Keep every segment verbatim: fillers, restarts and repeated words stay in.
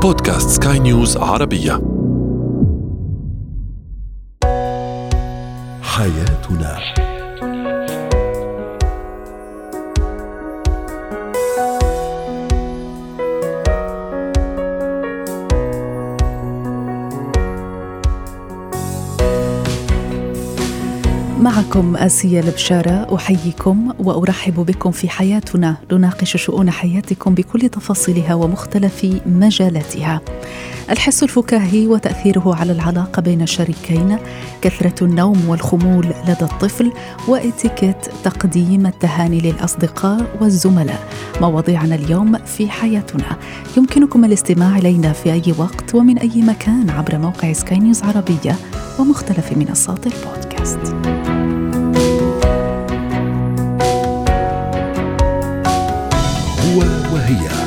بودكاست سكاي نيوز عربية. حياتنا. معكم آسيا البشارة، أحييكم وأرحب بكم في حياتنا، نناقش شؤون حياتكم بكل تفاصيلها ومختلف مجالاتها. الحس الفكاهي وتأثيره على العلاقة بين الشريكين، كثرة النوم والخمول لدى الطفل، وإتيكيت تقديم التهاني للأصدقاء والزملاء، مواضيعنا اليوم في حياتنا. يمكنكم الاستماع إلينا في أي وقت ومن أي مكان عبر موقع سكاي نيوز عربية ومختلف منصات البودكاست. هو وهي.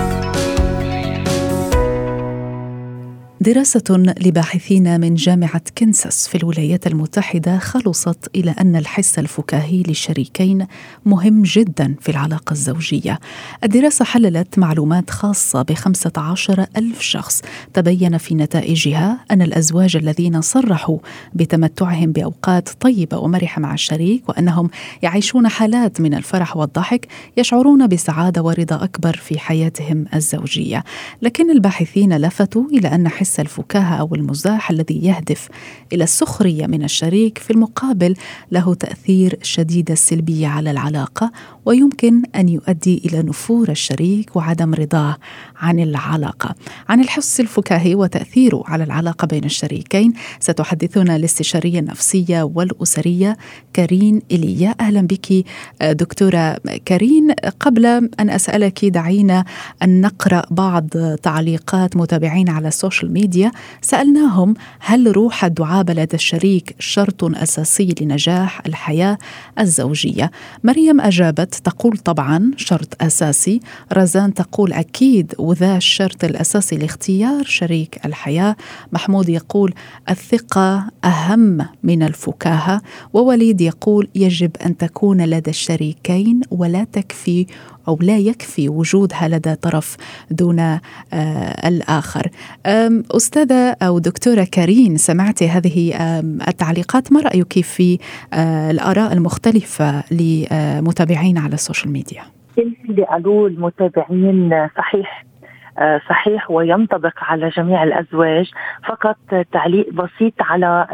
دراسة لباحثين من جامعة كنساس في الولايات المتحدة خلصت إلى أن الحس الفكاهي للشريكين مهم جدا في العلاقة الزوجية. الدراسة حللت معلومات خاصة بخمسة عشر ألف شخص. تبين في نتائجها أن الأزواج الذين صرحوا بتمتعهم بأوقات طيبة ومرحة مع الشريك وأنهم يعيشون حالات من الفرح والضحك يشعرون بسعادة ورضا أكبر في حياتهم الزوجية. لكن الباحثين لفتوا إلى أن حس الفكاهة أو المزاح الذي يهدف إلى السخرية من الشريك في المقابل له تأثير شديد السلبية على العلاقة، ويمكن أن يؤدي إلى نفور الشريك وعدم رضاه عن العلاقة. عن الحس الفكاهي وتأثيره على العلاقة بين الشريكين ستحدثنا الاستشارية النفسية والأسرية كارين إيليا. أهلا بك دكتورة كارين. قبل أن أسألك دعينا أن نقرأ بعض تعليقات متابعين على السوشيال ميديا. سألناهم: هل روح الدعابة لدى الشريك شرط أساسي لنجاح الحياة الزوجية؟ مريم أجابت تقول طبعا شرط أساسي. رزان تقول أكيد، وذا الشرط الأساسي لاختيار شريك الحياة. محمود يقول الثقة أهم من الفكاهة. ووليد يقول يجب أن تكون لدى الشريكين ولا تكفي أو لا يكفي وجودها لدى طرف دون آه الآخر. أستاذة أو دكتورة كارين، سمعتي هذه التعليقات، ما رأيك في آه الآراء المختلفة لمتابعين على السوشيال ميديا؟ اللي قالوه المتابعين صحيح صحيح وينطبق على جميع الأزواج. فقط تعليق بسيط على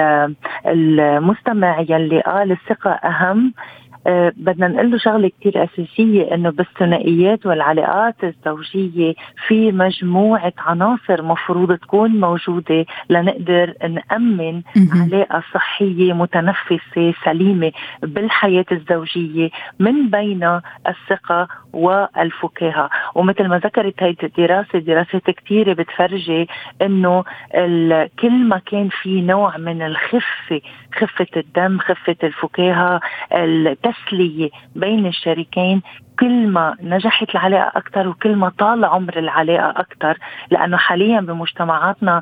المستمع يلي قال الثقة أهم. أه بدنا نقول له شغلة كتير أساسية، إنه بالثنائيات والعلاقات الزوجية في مجموعة عناصر مفروض تكون موجودة لنقدر نأمن علاقة صحية متنفسة سليمة بالحياة الزوجية، من بين الثقة والفكاهة. ومثل ما ذكرت هاي الدراسة، دراسات كتيرة بتفرجي إنه كل ما كان في نوع من الخفة، خفة الدم، خفة الفكاهة، التسلية بين الشريكين، كل ما نجحت العلاقة أكتر وكل ما طال عمر العلاقة أكتر. لأنه حاليا بمجتمعاتنا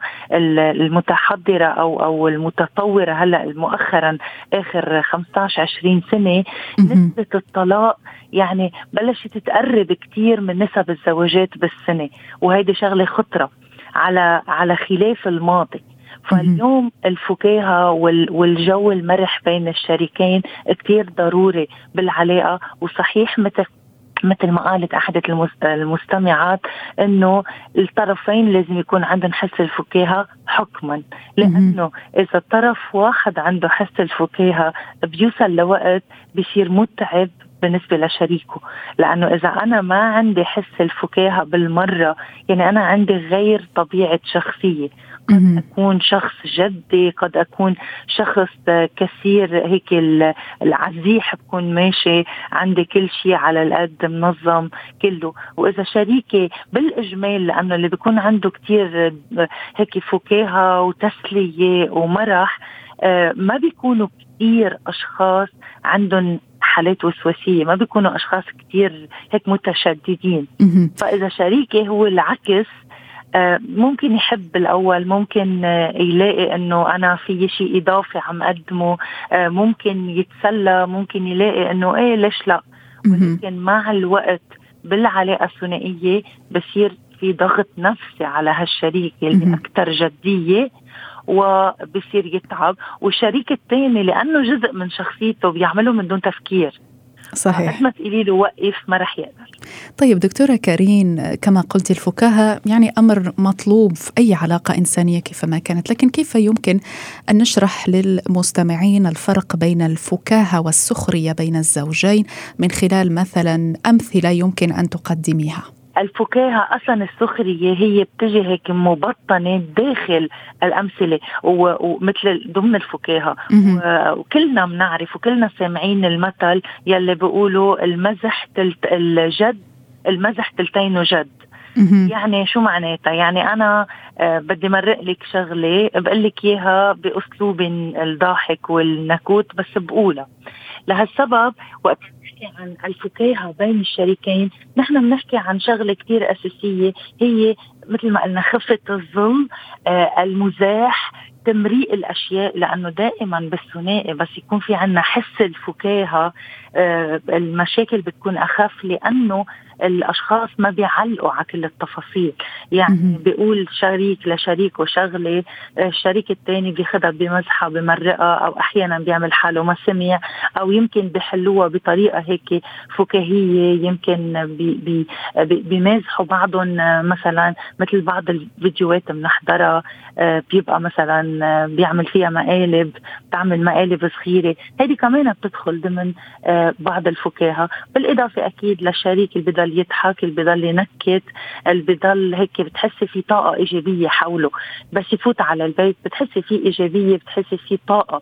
المتحضرة أو أو المتطورة هلأ مؤخرا آخر خمسة عشر عشرين سنة، نسبة الطلاق يعني بلشت تقرب كتير من نسب الزواجات بالسنة، وهيدي شغلة خطرة على على خلاف الماضي. فاليوم الفكاهة والجو المرح بين الشريكين كتير ضروري بالعلاقة. وصحيح مثل مثل ما قالت أحد المستمعات إنه الطرفين لازم يكون عندهم حس الفكاهة حكما، لأنه إذا طرف واحد عنده حس الفكاهة بيوصل لوقت بيصير متعب بالنسبة لشريكه. لأنه إذا أنا ما عندي حس الفكاهة بالمرة، يعني أنا عندي غير طبيعة شخصية. قد أكون شخص جدي، قد أكون شخص كثير هيك العزيح، بكون ماشي عندي كل شيء على القد منظم كله. وإذا شريكي بالإجمال، لأنه اللي بيكون عنده كتير هيك فكاهة وتسلية ومرح، ما بيكونوا كتير أشخاص عندهم حالات وسواسية، ما بيكونوا أشخاص كتير هيك متشددين. فإذا شريكي هو العكس، ممكن يحب الأول، ممكن يلاقي أنه أنا في شيء إضافي عم أقدمه، ممكن يتسلى، ممكن يلاقي أنه إيه ليش لا. ولكن مع الوقت بالعلاقة الثنائية بصير في ضغط نفسي على هالشريك اللي أكتر جدية وبصير يتعب، والشريك الثاني لأنه جزء من شخصيته بيعمله من دون تفكير. صحيح. ما تقولي له وقف ما رح يقدر. طيب دكتورة كارين، كما قلت الفكاهة يعني أمر مطلوب في أي علاقة إنسانية كيفما كانت، لكن كيف يمكن أن نشرح للمستمعين الفرق بين الفكاهة والسخرية بين الزوجين من خلال مثلا أمثلة يمكن أن تقدميها؟ الفكاهة أصلا السخرية هي بتجي هيك مبطنة داخل الأمثلة ومثل ضمن الفكاهة، وكلنا بنعرف وكلنا سامعين المثل يلي بيقولوا المزح تلت الجد المزح تلتين جد. يعني شو معناتها؟ يعني أنا آه بدي مرق لك شغلة بقول لك إياها بأسلوب الضاحك والنكوت بس بقولها. لهالسبب وقت نحكي عن الفكاهة بين الشريكين نحن بنحكي عن شغلة كتير أساسية، هي مثل ما قلنا خفة الظل، آه المزاح، تمريء الأشياء، لأنه دائما بالثنائي بس يكون في عنا حس الفكاهة آه المشاكل بتكون أخف، لأنه الأشخاص ما بيعلقوا على كل التفاصيل. يعني بيقول شريك لشريك وشغلة، الشريك التاني بيخدها بمزحة بمرقة، أو أحيانا بيعمل حاله ما سمع، أو يمكن بيحلوها بطريقة هيك فكاهية، يمكن بي بي بي بيمازحوا بعضهم. مثلا مثل بعض الفيديوهات بنحضرها بيبقى مثلا بيعمل فيها مقالب، بتعمل مقالب صغيرة، هذه كمان بتدخل ضمن بعض الفكاهة. بالإضافة أكيد للشريك اللي بضل يضحك، اللي بضل ينكت، اللي بضل هيك بتحسي في طاقة إيجابية حوله، بس يفوت على البيت بتحسي في إيجابية، بتحسي في طاقة.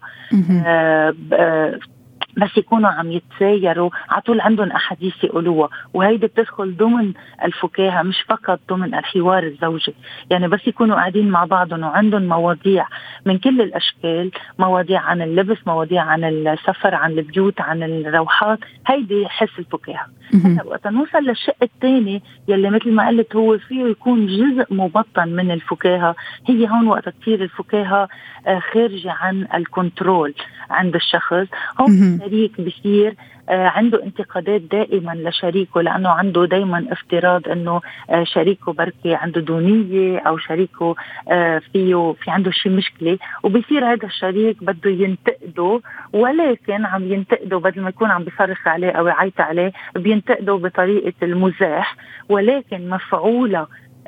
آه آه بس يكونوا عم يتسايروا عطول عندهم أحاديث يقولوها، وهيدي بتدخل ضمن الفكاهة مش فقط ضمن الحوار الزوجي. يعني بس يكونوا قاعدين مع بعضهم وعندهم مواضيع من كل الأشكال، مواضيع عن اللبس، مواضيع عن السفر، عن البيوت، عن الروحات، هيدي حس الفكاهة. هلا وقت نوصل للشق الثاني يلي مثل ما قلت هو فيه يكون جزء مبطن من الفكاهة، هي هون وقت كتير الفكاهة خارجة عن الكنترول عند الشخص. هون الشريك بصير عنده انتقادات دائما لشريكه، لأنه عنده دايما افتراض أنه شريكه بركي عنده دونية، أو شريكه فيه في عنده شي مشكلة، وبصير هذا الشريك بده ينتقده، ولكن عم ينتقده بدل ما يكون عم بيصرخ عليه أو يعيط عليه، بينتقده بطريقة المزاح، ولكن مفعولة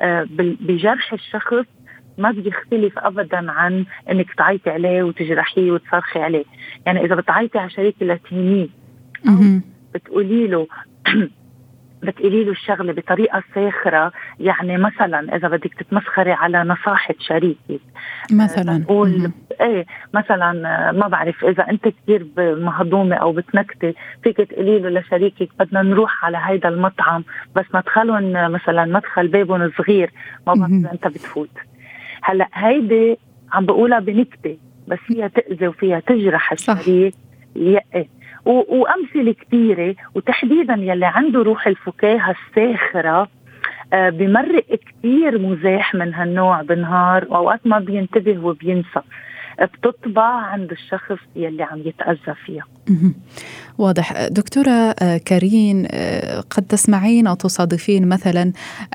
بجرح الشخص ما بيختلف أبدا عن أنك تعيطي عليه وتجرحيه وتصرخي عليه. يعني إذا بتعيطي على شريكي لتهينيه، بتقولي له بتقولي له الشغلة بطريقة ساخرة، يعني مثلا إذا بدك تتمسخري على نصاحة شريكك مثلا بقول إيه مثلا ما بعرف إذا أنت كتير مهضومة أو بتنكتي، فيك تقولي له لشريكك بدنا نروح على هيدا المطعم بس مدخلهم مثلا مدخل بابهم صغير، ما بعرف أنت بتفوت. هلأ هيدي عم بقولها بنكتة بس فيها تأذي وفيها تجرح الشريك. يقى وأمثلة كتيرة، وتحديدا يلي عنده روح الفكاهة الساخرة آه بمرق كتير مزاح من هالنوع بالنهار، وأوقات ما بينتبه وبينسى، بتطبع عند الشخص يلي عم يتأذى فيها. واضح. دكتورة كارين، قد تسمعين أو تصادفين مثلا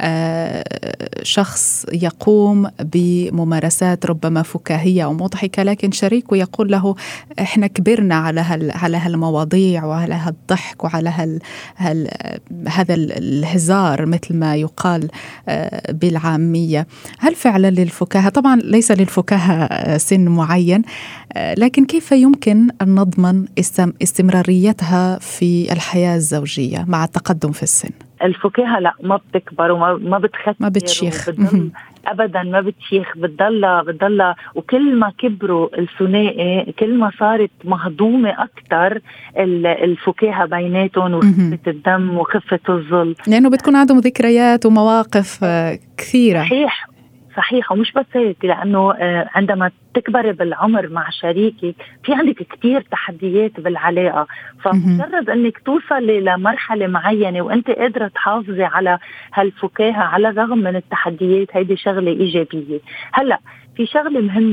شخص يقوم بممارسات ربما فكاهية أو مضحكة، لكن شريكه يقول له إحنا كبرنا على هال على هالمواضيع وعلى هالضحك وعلى هال هال هذا الهزار مثل ما يقال بالعامية. هل فعلا للفكاهة، طبعا ليس للفكاهة سن معين، لكن كيف يمكن أن نضمن استمراريتها في الحياة الزوجية مع التقدم في السن؟ الفكاهة لا ما بتكبر وما ما بتختر ما بتشيخ أبدا، ما بتشيخ، بتضل بتضل وكل ما كبروا الثنائي كل ما صارت مهضومة أكتر الفكاهة بيناتهم وخفة الدم وخفة الظل، لأنه بتكون عندهم ذكريات ومواقف كثيرة. صحيح صحيح. ومش بس هيك، لأنه عندما تكبر بالعمر مع شريكك في عندك كتير تحديات بالعلاقة، فمجرد أنك توصلي لمرحلة معينة وأنت قادرة تحافظي على هالفكاهة على الرغم من التحديات، هيدي شغلة إيجابية. هلأ في شغلة مهمة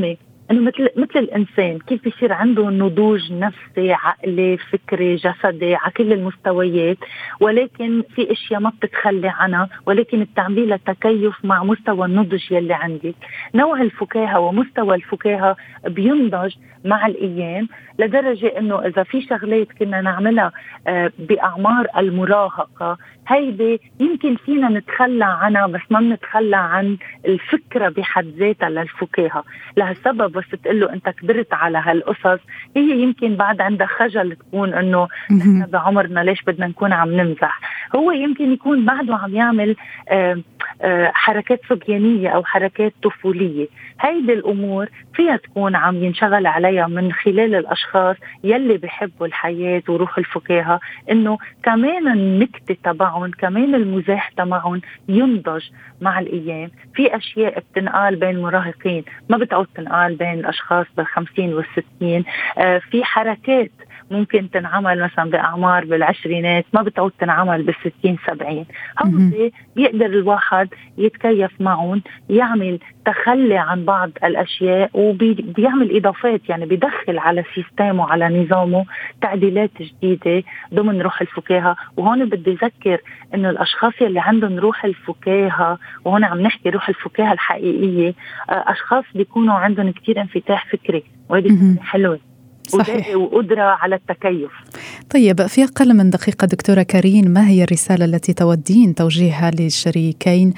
انه مثل مثل الانسان كيف يصير عنده نضوج نفسي عقلي فكري جسدي على كل المستويات، ولكن في اشياء ما بتتخلى عنها، ولكن بتعملي لها تكيف مع مستوى النضج يلي عندك. نوع الفكاهه ومستوى الفكاهه بينضج مع الايام، لدرجه انه اذا في شغلات كنا نعملها باعمار المراهقه هيدي يمكن فينا نتخلى عنها، بس ما بنتخلى عن الفكره بحد ذاتها للفكاهه. لهالسبب بس تقول له انت كبرت على هالقصص، هي يمكن بعد عندها خجل تكون انه نحن بعمرنا ليش بدنا نكون عم نمزح. هو يمكن يكون بعده عم يعمل آآ آآ حركات صبيانيه او حركات طفوليه. هيدي الامور فيها تكون عم ينشغل عليها من خلال الاشخاص يلي بيحبوا الحياه وروح الفكاهه، انه كمان النكته تبعهم كمان المزاح تبعهم ينضج مع الايام. في اشياء بتنقال بين مراهقين ما بتعود تنقال بين الاشخاص بالخمسين والستين. آه في حركات ممكن تنعمل مثلا بأعمار بالعشرينات ما بتعود تنعمل بالستين سبعين. هذا بيقدر الواحد يتكيف معهم، يعمل تخلي عن بعض الأشياء وبيعمل إضافات، يعني بيدخل على سيستمه على نظامه تعديلات جديدة ضمن روح الفكاهة. وهون بدي أذكر إنه الأشخاص اللي عندهم روح الفكاهة، وهون عم نحكي روح الفكاهة الحقيقية، أشخاص بيكونوا عندهم كتير انفتاح فكري، وهذه حلوة صحيح، وقدرة على التكيف. طيب، في أقل من دقيقة دكتورة كارين، ما هي الرسالة التي تودين توجيهها للشريكين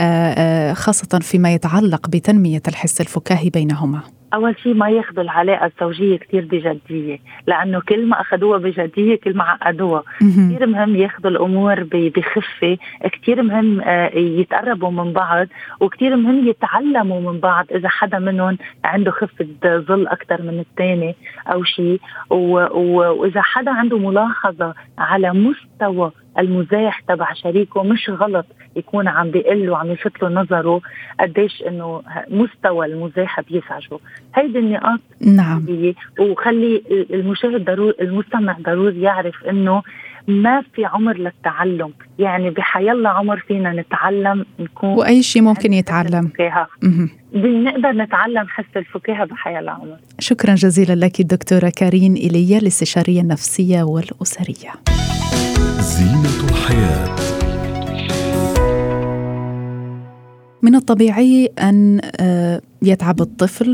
خاصة فيما يتعلق بتنمية الحس الفكاهي بينهما؟ أول شيء ما ياخذوا العلاقة الزوجية كتير بجدية، لأنه كل ما أخذوها بجدية كل ما عقدوها. كتير مهم ياخذوا الأمور بخفة، كتير مهم يتقربوا من بعض، وكتير مهم يتعلموا من بعض. إذا حدا منهم عنده خفة ظل أكتر من الثاني أو شيء، وإذا حدا عنده ملاحظة على مستوى المزاح تبع شريكه مش غلط يكون عم بيقله وعم يفت له نظره قديش انه مستوى المزاح بيزعجه. هيدي النقاط نعم. وخلي المشاهد ضروري المستمع ضروري يعرف انه ما في عمر للتعلم، يعني بحيالله عمر فينا نتعلم نكون، واي شيء ممكن يتعلم. بنقدر نتعلم حس الفكاهة بحيالله عمر. شكرا جزيلا لك دكتورة كارين إيليا، الاستشارية النفسية والأسرية. زينة الحياة. من الطبيعي أن يتعب الطفل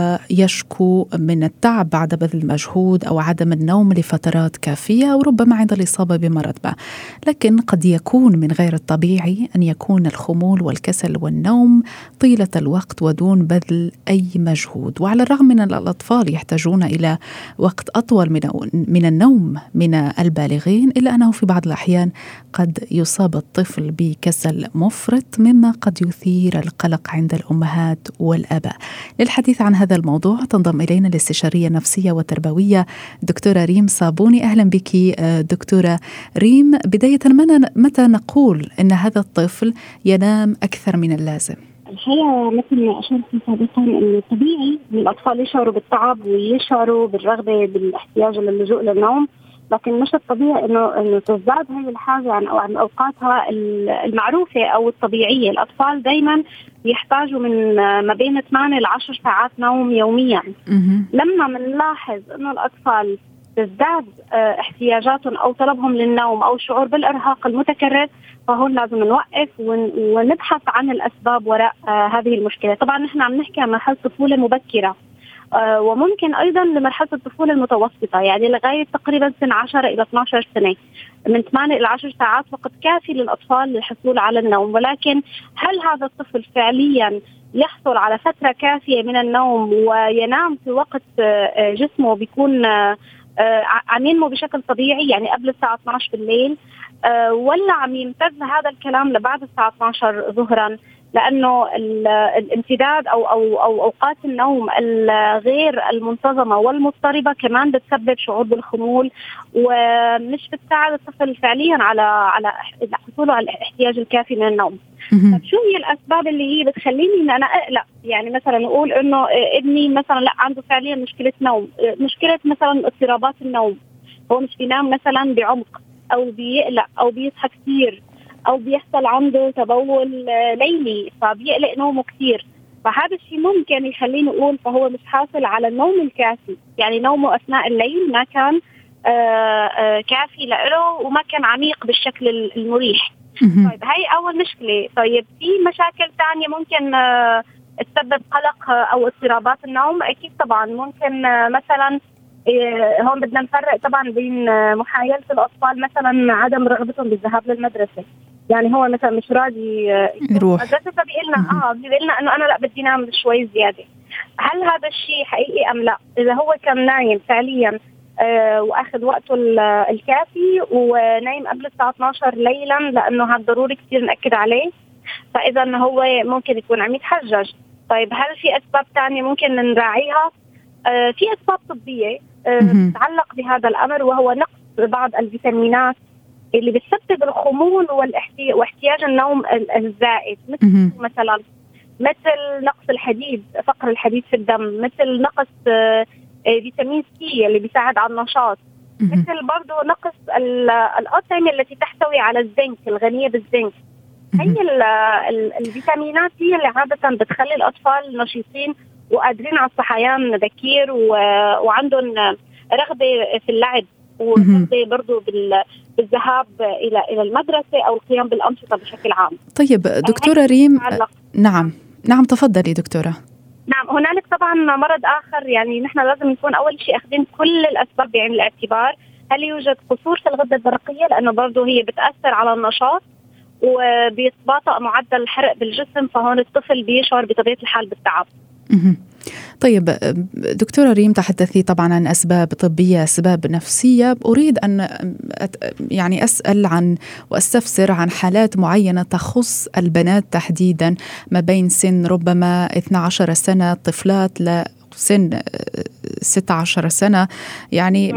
ويشكو من التعب بعد بذل مجهود أو عدم النوم لفترات كافية، أو ربما عند الإصابة بمرض ما. لكن قد يكون من غير الطبيعي أن يكون الخمول والكسل والنوم طيلة الوقت ودون بذل أي مجهود. وعلى الرغم من أن الأطفال يحتاجون إلى وقت أطول من من النوم من البالغين، إلا أنه في بعض الأحيان قد يصاب الطفل بكسل مفرط، مما قد يثير القلق عند الأمهات والأبناء. الآباء. للحديث عن هذا الموضوع تنضم إلينا الاستشارية النفسية والتربوية دكتورة ريم صابوني. أهلا بك دكتورة ريم. بداية، متى نقول أن هذا الطفل ينام أكثر من اللازم؟ الحقيقة مثل ما أشرت سابقا أنه طبيعي أن الأطفال يشعروا بالتعب ويشعروا بالرغبة بالاحتياج للجوء للنوم، لكن مش الطبيعي انه انه تزداد هذه الحاجه عن او عن اوقاتها المعروفه او الطبيعيه. الاطفال دائما يحتاجوا من ما بين ثمانية لعشر ساعات نوم يوميا. لما بنلاحظ انه الاطفال تزداد احتياجاتهم او طلبهم للنوم او شعور بالارهاق المتكرر، فهون لازم نوقف ونبحث عن الاسباب وراء هذه المشكله. طبعا نحن عم نحكي عن مرحله طفوله مبكره، آه وممكن أيضا لمرحلة الطفولة المتوسطة، يعني لغاية تقريبا سن عشرة إلى اثني عشر سنة. من ثمانية إلى عشر ساعات وقت كافي للأطفال للحصول على النوم، ولكن هل هذا الطفل فعليا يحصل على فترة كافية من النوم وينام في وقت آه جسمه بيكون آه عم ينمو بشكل طبيعي، يعني قبل الساعة اثني عشر بالليل، آه ولا عم يمتد هذا الكلام لبعد الساعة اثني عشر ظهرا؟ لأنه الامتداد أو, أو, أو أوقات النوم الغير المنتظمة والمضطربة كمان بتسبب شعور بالخمول، ومش بتساعد الطفل فعليا على على حصوله على الاحتياج الكافي من النوم. طب شو هي الأسباب اللي هي بتخليني إن أنا أقلق؟ يعني مثلا نقول إنه ابني مثلا لا عنده فعليا مشكلة نوم، مشكلة مثلا اضطرابات النوم، هو مش بينام مثلا بعمق أو بيقلق أو بيصحى كثير أو بيحصل عنده تبول ليلي فبيقلق نومه كثير. فهذا الشيء ممكن يخليني أقول فهو مش حاصل على النوم الكافي، يعني نومه أثناء الليل ما كان آآ آآ كافي له وما كان عميق بالشكل المريح. طيب هاي أول مشكلة. طيب في مشاكل تانية ممكن تسبب قلق أو اضطرابات النوم؟ أكيد طبعا ممكن مثلا هون بدنا نفرق طبعا بين محايلة الأطفال مثلا عدم رغبتهم بالذهاب للمدرسة، يعني هو مثلا مش راضي يروح مدرسة فبيقلنا اه بيقلنا انه انا لا بدي نام شوي زيادة. هل هذا الشيء حقيقي ام لا؟ اذا هو كان نايم فعليا آه واخذ وقته الكافي ونايم قبل الساعة اثني عشر ليلا لانه هذا ضروري كثير نأكد عليه، فاذا هو ممكن يكون عم يتحجج. طيب هل في اسباب تانية ممكن نراعيها؟ آه في اسباب طبية آه تتعلق بهذا الامر، وهو نقص بعض الفيتامينات اللي بتسبب الخمول واحتياج النوم الزائد، مثل مثلا مثل نقص الحديد، فقر الحديد في الدم، مثل نقص فيتامين سي اللي بيساعد على النشاط، مثل برضو نقص الأطعمة التي تحتوي على الزنك الغنية بالزنك. هي الفيتامينات هي اللي عادة بتخلي الأطفال نشيطين وقادرين على الصحيان بكير وعندهم رغبة في اللعب ورغبة برضو بالذهاب إلى إلى المدرسة أو القيام بالأنشطة بشكل عام. طيب دكتورة ريم، نعم نعم تفضلي دكتورة. نعم هنالك طبعا مرض آخر، يعني نحن لازم نكون أول شيء أخذين كل الأسباب بعين الاعتبار. هل يوجد قصور في الغدة الدرقية؟ لأنه برضو هي بتأثر على النشاط وبيتباطأ معدل الحرق بالجسم، فهون الطفل بيشعر بطبيعة الحال بالتعب. طيب دكتورة ريم، تحدثي طبعا عن أسباب طبية، أسباب نفسية. أريد أن يعني أسأل عن وأستفسر عن حالات معينة تخص البنات تحديدا ما بين سن ربما اثنتي عشرة سنة، طفلات لا سن ستة عشر سنة، يعني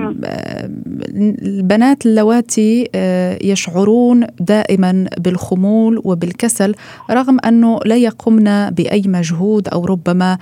البنات اللواتي يشعرون دائما بالخمول وبالكسل رغم أنه لا يقمن بأي مجهود، أو ربما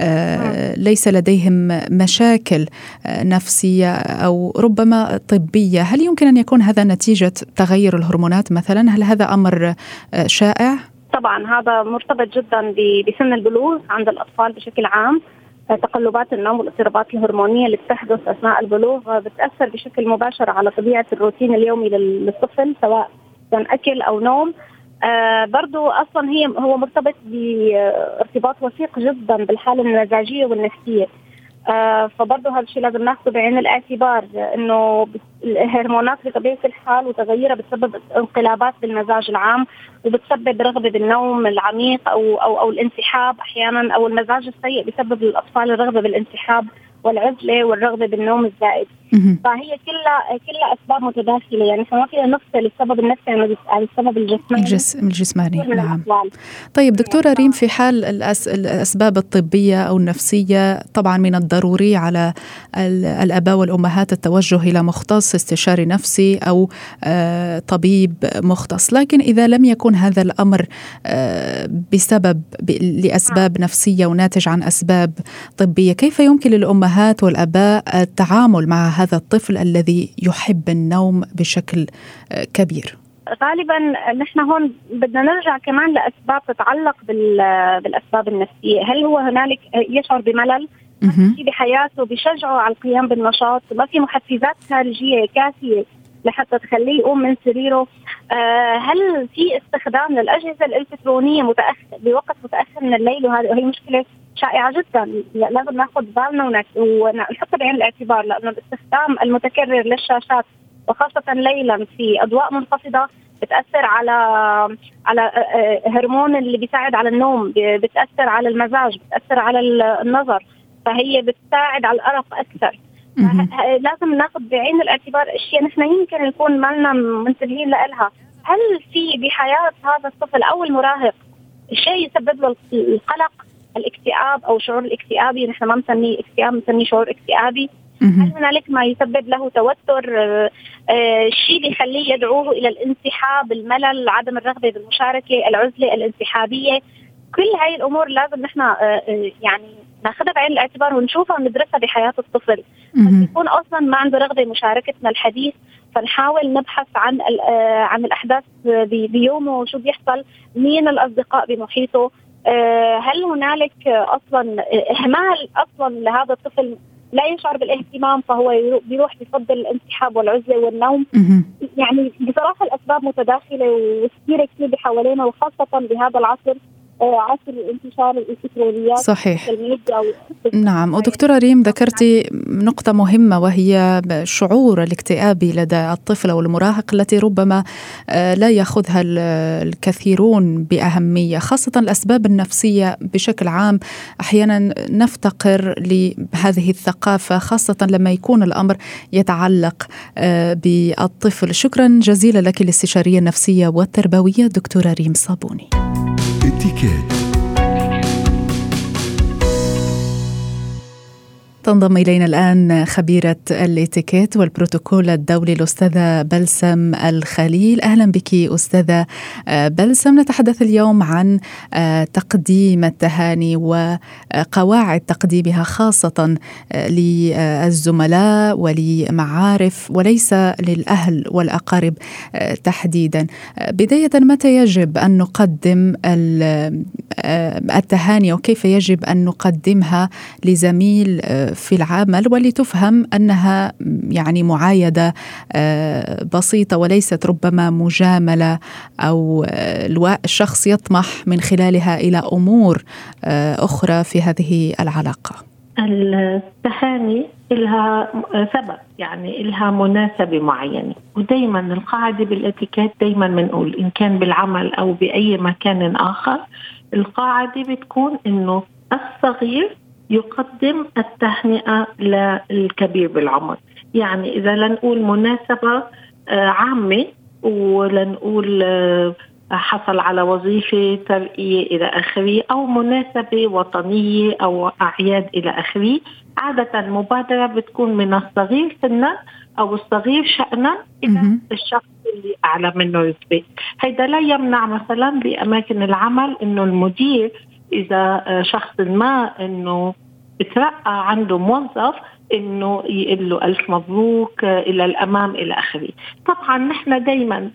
ليس لديهم مشاكل نفسية أو ربما طبية. هل يمكن أن يكون هذا نتيجة تغير الهرمونات مثلا؟ هل هذا أمر شائع؟ طبعا هذا مرتبط جدا بسن البلوغ عند الأطفال بشكل عام. تقلبات النوم والاضطرابات الهرمونية اللي بتحدث أثناء البلوغ بتأثر بشكل مباشر على طبيعة الروتين اليومي للطفل، سواء كان أكل أو نوم. آه برضو أصلا هي هو مرتبط بارتباط وثيق جدا بالحالة المزاجية والنفسية. آه فبرضو هذا الشيء لازم ناخذه بعين الاعتبار، إنه الهرمونات بطبيعة الحال وتغيرها بتسبب انقلابات بالمزاج العام، وبتسبب رغبة بالنوم العميق أو أو أو الانسحاب أحيانا، أو المزاج السيء بسبب للأطفال الرغبة بالانسحاب والعزلة والرغبة بالنوم الزائد. فهي كلها كلها أسباب متداخلة، يعني ما فينا نفصل السبب النفسي عن السبب الجسماني. الجسم الجسماني نعم. طيب دكتورة ريم، في حال الأس... الأسباب الطبية أو النفسية، طبعا من الضروري على الآباء والأمهات التوجه إلى مختص استشاري نفسي أو آه طبيب مختص، لكن إذا لم يكن هذا الأمر آه بسبب ب... لأسباب نفسية وناتج عن أسباب طبية، كيف يمكن للأمهات والآباء التعامل مع هذا الطفل الذي يحب النوم بشكل كبير؟ غالبا نحن هون بدنا نرجع كمان لأسباب تتعلق بالأسباب النفسية. هل هو هنالك يشعر بملل في بحياته بيشجعه على القيام بالنشاط، ما في محفزات خارجية كافية لحتى تخليه يقوم من سريره؟ هل في استخدام للأجهزة الإلكترونية متأخر بوقت متأخر من الليل؟ وهي مشكلة شائعة جدا لازم ناخذ بالنا ونحط بعين الاعتبار، لأنه الاستخدام المتكرر للشاشات وخاصة ليلا في أضواء منخفضة بتأثر على على هرمون اللي بيساعد على النوم، بتأثر على المزاج، بتأثر على النظر، فهي بتساعد على الأرق أكثر. لازم ناخذ بعين الاعتبار أشياء نحن يمكن نكون مالنا منتبهين لها. هل في بحياة هذا الطفل أو المراهق شيء يسبب له القلق، الاكتئاب أو شعور الاكتئابي؟ نحن ما نسميه اكتئاب، نسميه شعور اكتئابي. هل هنالك ما يسبب له توتر، آه آه شيء بيخليه يدعوه إلى الانسحاب، الملل، عدم الرغبة بالمشاركة، العزلة الانسحابية؟ كل هاي الأمور لازم نحن آه يعني ناخذها بعين الاعتبار ونشوفها وندرسها بحياة الطفل. يكون أصلا ما عنده رغبة مشاركتنا الحديث، فنحاول نبحث عن آه عن الأحداث بيومه، شو بيحصل، مين الأصدقاء بمحيطه، هل هنالك أصلا إهمال أصلا لهذا الطفل لا يشعر بالاهتمام فهو بيروح بيفضل الانسحاب والعزلة والنوم؟ يعني بصراحة الأسباب متداخلة وكثيرة كثير بحوالينا، وخاصة بهذا العصر عصر انتشار الإلكترونيات. صحيح. نعم. ودكتورة ريم ذكرتي نقطة مهمة، وهي شعور الاكتئابي لدى الطفل أو المراهق التي ربما لا يأخذها الكثيرون بأهمية، خاصة الأسباب النفسية بشكل عام. أحيانا نفتقر لهذه الثقافة، خاصة لما يكون الأمر يتعلق بالطفل. شكرا جزيلا لك الاستشارية النفسية والتربوية دكتورة ريم صابوني. تنضم إلينا الآن خبيرة الاتيكيت والبروتوكول الدولي الأستاذة بلسم الخليل. أهلا بك أستاذة بلسم. نتحدث اليوم عن تقديم التهاني وقواعد تقديمها، خاصة للزملاء ولمعارف وليس للأهل والأقارب تحديدا. بداية، متى يجب أن نقدم التهاني وكيف يجب أن نقدمها لزميل في العمل ولتفهم أنها يعني معايدة بسيطة وليست ربما مجاملة أو الشخص يطمح من خلالها إلى أمور أخرى في هذه العلاقة؟ التهاني إلها سبب، يعني إلها مناسبة معينة، ودايما القاعدة بالاتيكيت دايما بنقول إن كان بالعمل أو بأي مكان آخر، القاعدة بتكون إنه الصغير يقدم التهنئة للكبير بالعمر. يعني إذا لنقول مناسبة عامة ولنقول حصل على وظيفة ترقية إلى آخره، أو مناسبة وطنية أو أعياد إلى آخره، عادة المبادرة بتكون من الصغير سنا أو الصغير شأنا إلى الشخص اللي أعلى منه رتبة. هيدا لا يمنع مثلا بأماكن العمل إنه المدير إذا شخص ما إنه اترقى عنده موظف إنه يقول له ألف مبروك إلى الأمام إلى آخره. طبعا نحن دايما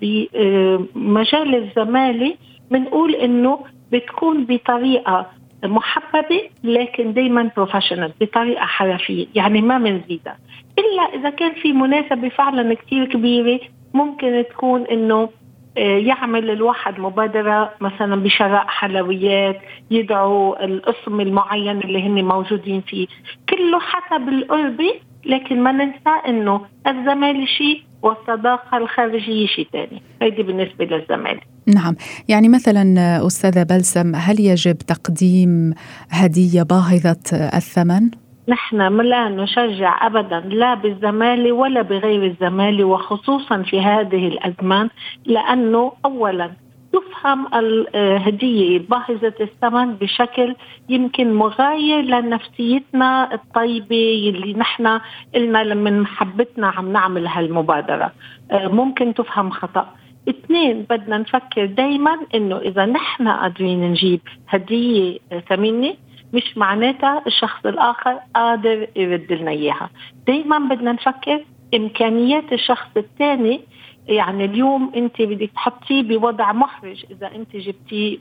بمجال الزمالة بنقول إنه بتكون بطريقة محببة، لكن دايما بروفيشنال، بطريقة حرفية، يعني ما منزيدها إلا إذا كان في مناسبة فعلا كتير كبيرة. ممكن تكون إنه يعمل الواحد مبادرة مثلا بشراء حلويات، يدعو القسم المعين اللي هن موجودين فيه، كله حسب القربة. لكن ما ننسى إنه الزمالة شيء والصداقة الخارجية شيء تاني. هيدي بالنسبة للزمالة. نعم. يعني مثلا أستاذة بلسم، هل يجب تقديم هدية باهظة الثمن؟ نحن لا نشجع أبدا لا بالزمالة ولا بغير الزمالة، وخصوصا في هذه الأزمان، لأنه أولا تفهم الهدية باهظة الثمن بشكل يمكن مغاير لنفسيتنا الطيبة اللي نحن قلنا لما محبتنا عم نعمل هالمبادرة، ممكن تفهم خطأ. اثنين، بدنا نفكر دايما إنه إذا نحن قادرين نجيب هدية ثمينة مش معناتها الشخص الآخر قادر يرد لنا إياها. دايما بدنا نفكر إمكانيات الشخص الثاني. يعني اليوم أنت بدك تحطيه بوضع محرج إذا أنت جبتيه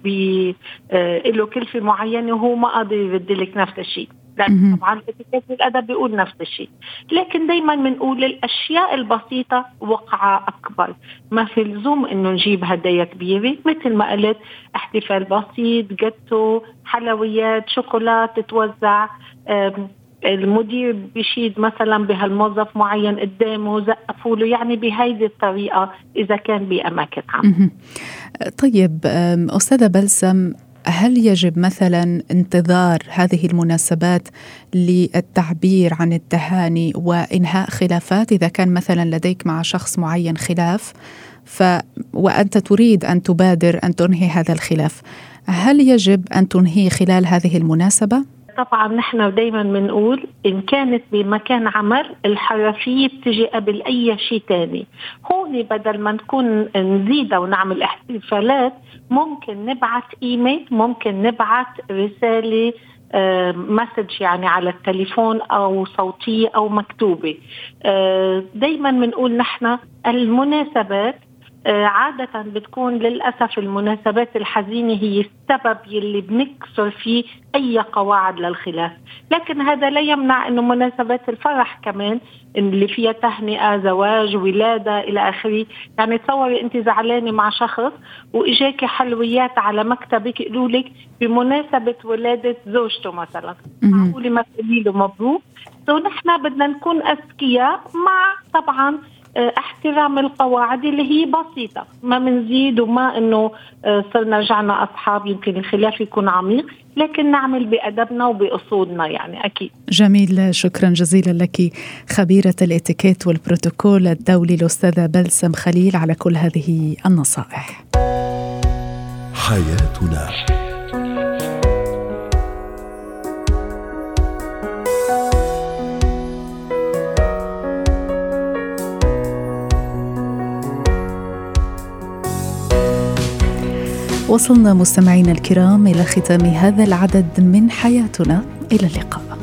له كلفة معينة وهو ما قادر يرد لك نفس الشيء. لأن طبعا الاتيكيت والأدب بيقول نفس الشيء، لكن دايما بنقول الأشياء البسيطة وقعة أكبر. ما في لزوم إنه نجيب هدايا كبيرة، مثل ما قلت احتفال بسيط، جاتو، حلويات، شوكولات تتوزع، المدير بيشيد مثلا بهالموظف معين قدامه زقفوا له، يعني بهيدي الطريقة إذا كان بأماكن عامة. طيب أستاذة بلسم، هل يجب مثلا انتظار هذه المناسبات للتعبير عن التهاني وإنهاء خلافات؟ إذا كان مثلا لديك مع شخص معين خلاف ف... وأنت تريد أن تبادر أن تنهي هذا الخلاف، هل يجب أن تنهي خلال هذه المناسبة؟ طبعا نحن دايما بنقول إن كانت بمكان عمل الحرفية بتجي قبل أي شيء تاني. هون بدل ما نكون نزيد ونعمل احتفالات، ممكن نبعث إيميل، ممكن نبعث رسالة آه مسج يعني على التليفون أو صوتية أو مكتوبة. آه دايما بنقول نحن المناسبات عادة بتكون للأسف المناسبات الحزينة هي السبب يلي بنكسر فيه أي قواعد للخلاف. لكن هذا لا يمنع أنه مناسبات الفرح كمان اللي فيها تهنئة، زواج، ولادة إلى آخره. يعني تصوري أنت زعلانة مع شخص وإجاكي حلويات على مكتبك يقولوا لك بمناسبة ولادة زوجته مثلا، معقولة ما تقولي له مبروك؟ نحن بدنا نكون أذكياء مع طبعا احترام القواعد اللي هي بسيطة، ما منزيد وما انه صرنا رجعنا اصحاب يمكن الخلاف يكون عميق، لكن نعمل بأدبنا وبأصولنا يعني أكيد. جميل، شكرا جزيلا لك خبيرة الاتيكيت والبروتوكول الدولي الأستاذة بلسم خليل على كل هذه النصائح. حياتنا. وصلنا مستمعينا الكرام إلى ختام هذا العدد من حياتنا، إلى اللقاء.